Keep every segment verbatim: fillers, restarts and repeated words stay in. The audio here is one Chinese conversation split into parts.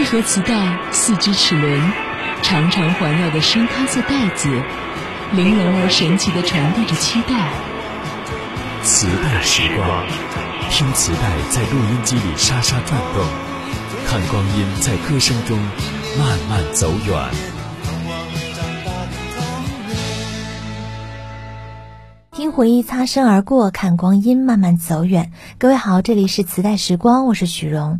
盒磁带，四只齿轮，长长环绕的深咖色带子，玲珑而神奇地传递着期待。 磁带时光，听磁带在录音机里沙沙转动，看光阴在歌声中慢慢走远。 听回忆擦身而过，看光阴慢慢走远。各位好，这里是磁带时光，我是许荣。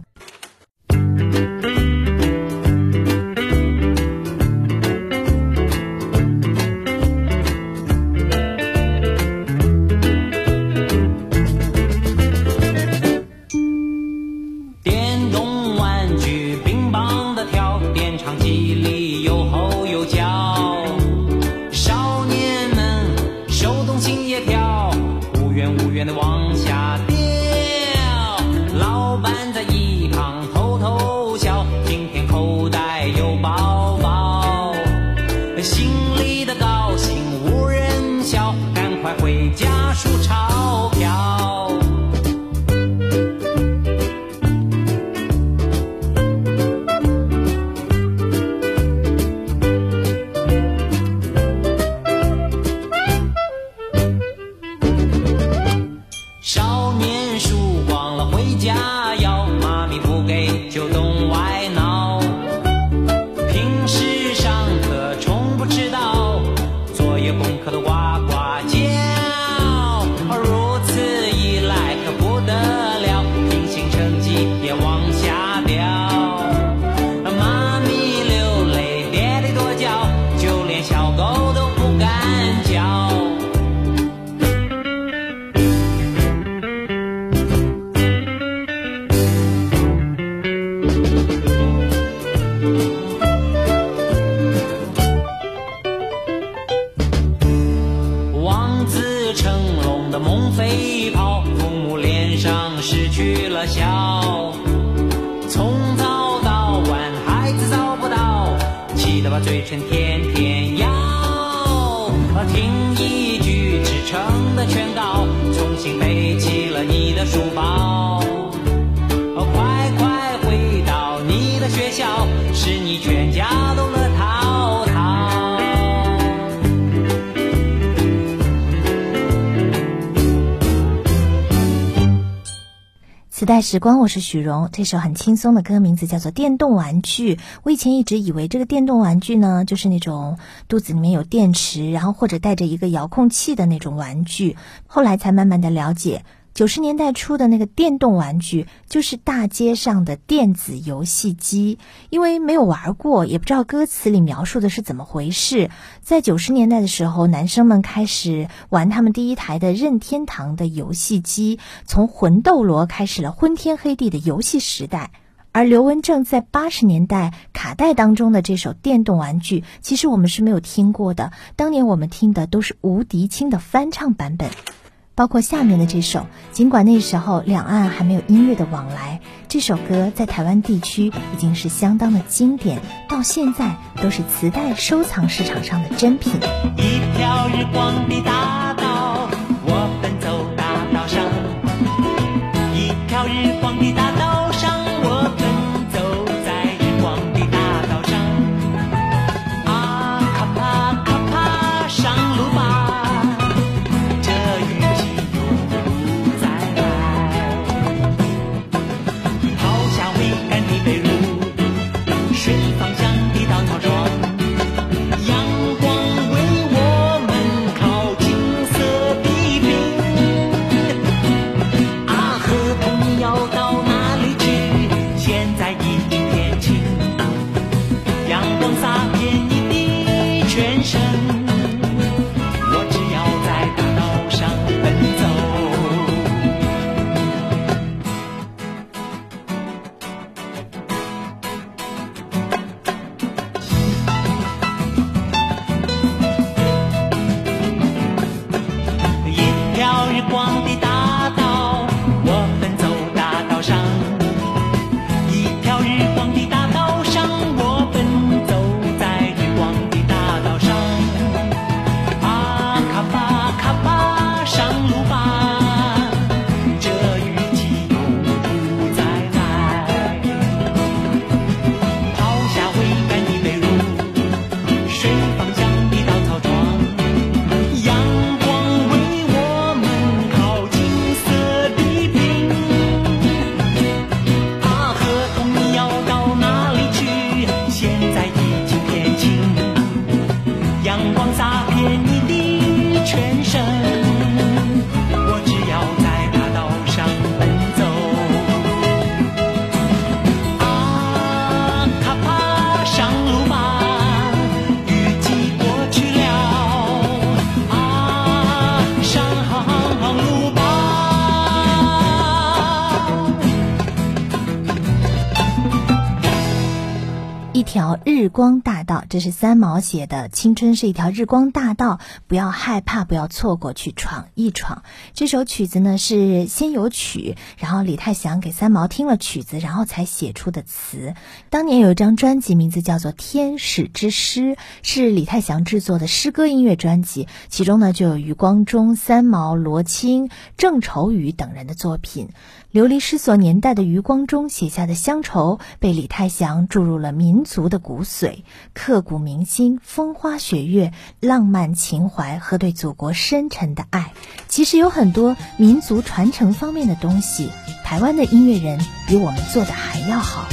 电动玩具乒乓的跳，电场机里又吼又叫，少年们手动心也跳，无缘无缘的往下掉。老板在一旁偷偷笑，今天口袋有包包，心里的高兴无人晓，赶快回家数钞票。少年输光了回家要，妈咪不给就动外闹，平时上课从不迟到，作业功课都呱呱叫，如此一来可不得了，平行成绩也往下掉，妈咪流泪爹爹跺脚，就连小狗都不敢叫。望子成龙的梦飞跑，父母脸上失去了笑，从早到晚孩子找不到，气得把嘴唇天天咬，听一句至诚的劝告，重新背起了你的书包，快快回到你的学校，使你全家都乐淘淘。 磁带时光，我是许荣。这首很轻松的歌名字叫做电动玩具。我以前一直以为这个电动玩具呢，就是那种肚子里面有电池，然后或者带着一个遥控器的那种玩具，后来才慢慢的了解，九十年代初的那个电动玩具就是大街上的电子游戏机。因为没有玩过，也不知道歌词里描述的是怎么回事，在九十年代的时候，男生们开始玩他们第一台的任天堂的游戏机，从魂斗罗开始了昏天黑地的游戏时代。而刘文正在八十年代卡带当中的这首电动玩具，其实我们是没有听过的，当年我们听的都是吴迪清的翻唱版本，包括下面的这首。尽管那时候两岸还没有音乐的往来，这首歌在台湾地区已经是相当的经典，到现在都是磁带收藏市场上的珍品。 一条日光的大道，我奔走大道上，一条日光的大道上，我奔走在日光的大道上，啊咔啪咔啪上路吧，这雨季永不再来，抛下未干的被褥，水方向的稻草桩，阳光为我们烤近条日光大道，这是三毛写的，青春是一条日光大道，不要害怕，不要错过，去闯一闯。这首曲子呢是先有曲，然后李泰祥给三毛听了曲子，然后才写出的词。当年有一张专辑名字叫做《天使之诗》，是李泰祥制作的诗歌音乐专辑，其中呢就有余光中、三毛、罗青、郑愁予等人的作品。流离失所年代的余光中写下的乡愁，被李泰祥注入了民族的骨髓，刻骨铭心，风花雪月，浪漫情怀和对祖国深沉的爱。其实有很多民族传承方面的东西，台湾的音乐人比我们做的还要好。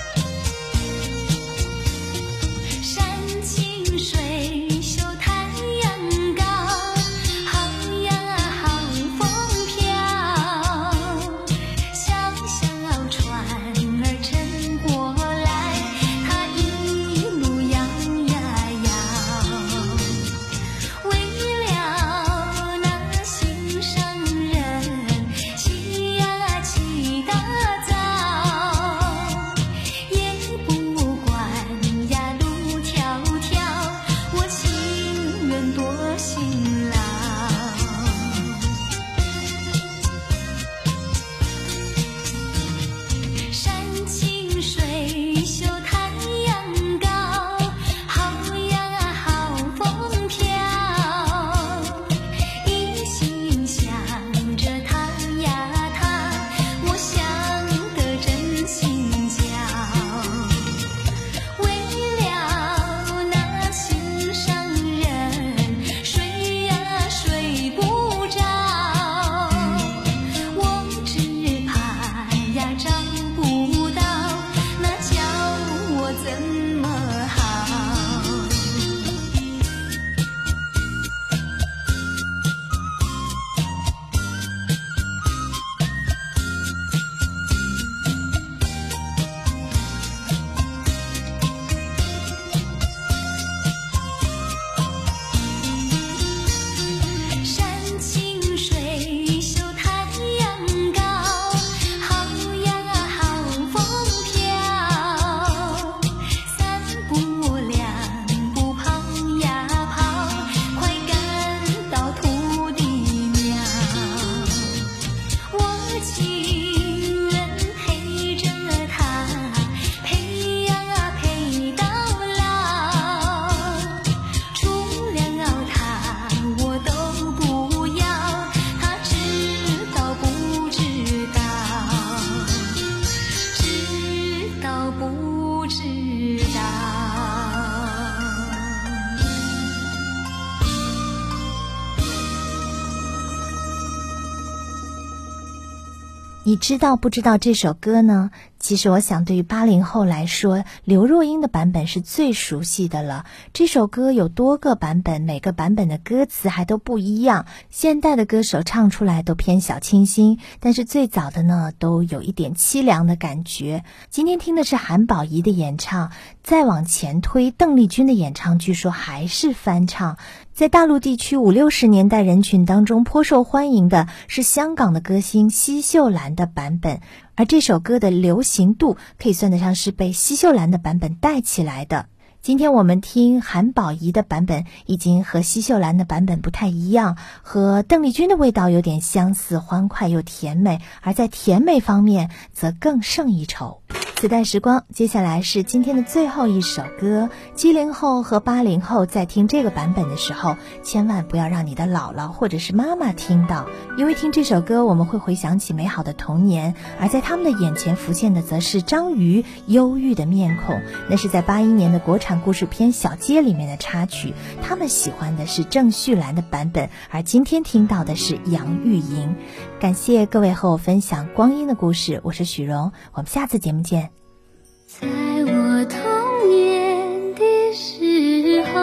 你知道不知道这首歌呢？其实我想对于八零后来说，刘若英的版本是最熟悉的了。这首歌有多个版本，每个版本的歌词还都不一样，现代的歌手唱出来都偏小清新，但是最早的呢都有一点凄凉的感觉。今天听的是韩宝仪的演唱，再往前推，邓丽君的演唱据说还是翻唱。在大陆地区五六十年代人群当中颇受欢迎的是香港的歌星奚秀兰的版本，而这首歌的流行度可以算得上是被奚秀兰的版本带起来的。今天我们听韩宝仪的版本已经和奚秀兰的版本不太一样，和邓丽君的味道有点相似，欢快又甜美，而在甜美方面则更胜一筹。磁带时光，接下来是今天的最后一首歌。七零后和八零后在听这个版本的时候，千万不要让你的姥姥或者是妈妈听到，因为听这首歌我们会回想起美好的童年，而在他们的眼前浮现的则是张瑜忧郁的面孔。那是在八一年的国产故事片《小街》里面的插曲，他们喜欢的是郑绪岚的版本，而今天听到的是杨钰莹。感谢各位和我分享光阴的故事，我是许荣，我们下次节目见。 在我童年的时候，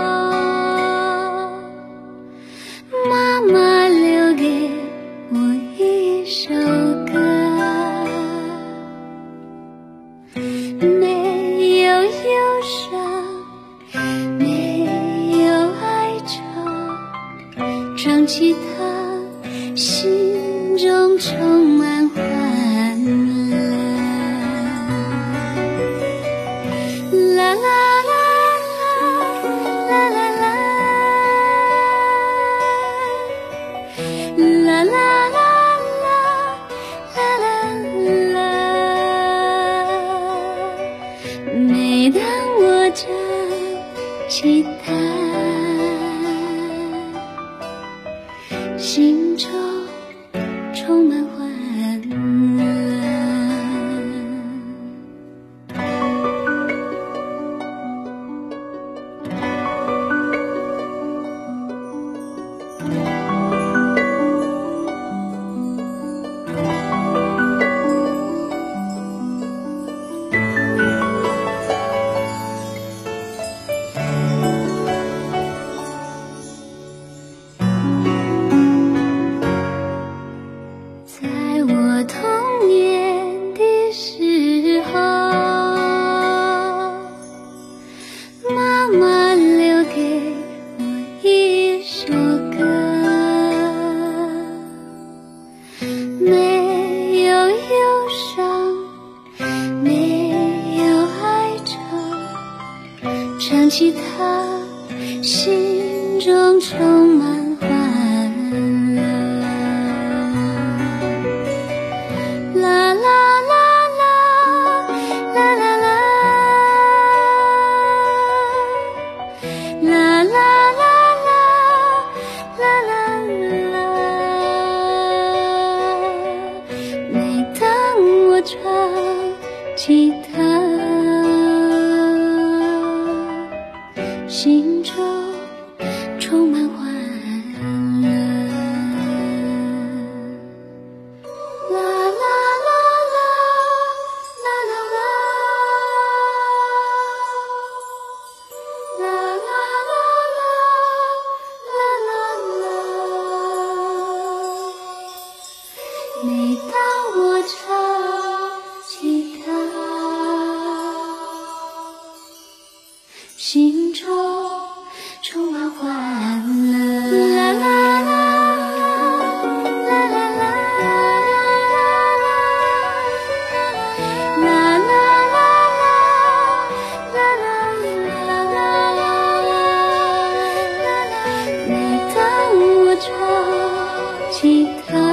妈妈留给我一首歌，没有忧伤，没有哀愁，唱起它心中充满欢乐。蓝起它，心中充满欢乐。唱起它，心中充满欢乐。啦啦啦啦，啦啦啦，啦啦啦啦，啦啦啦。每当我唱起它，心中充满欢乐。啦啦啦啦，啦啦啦，啦啦啦啦，啦啦啦。每当我唱起它，心中充满欢乐。啦啦啦，啦啦啦，啦啦啦，啦啦啦，每当我唱起它，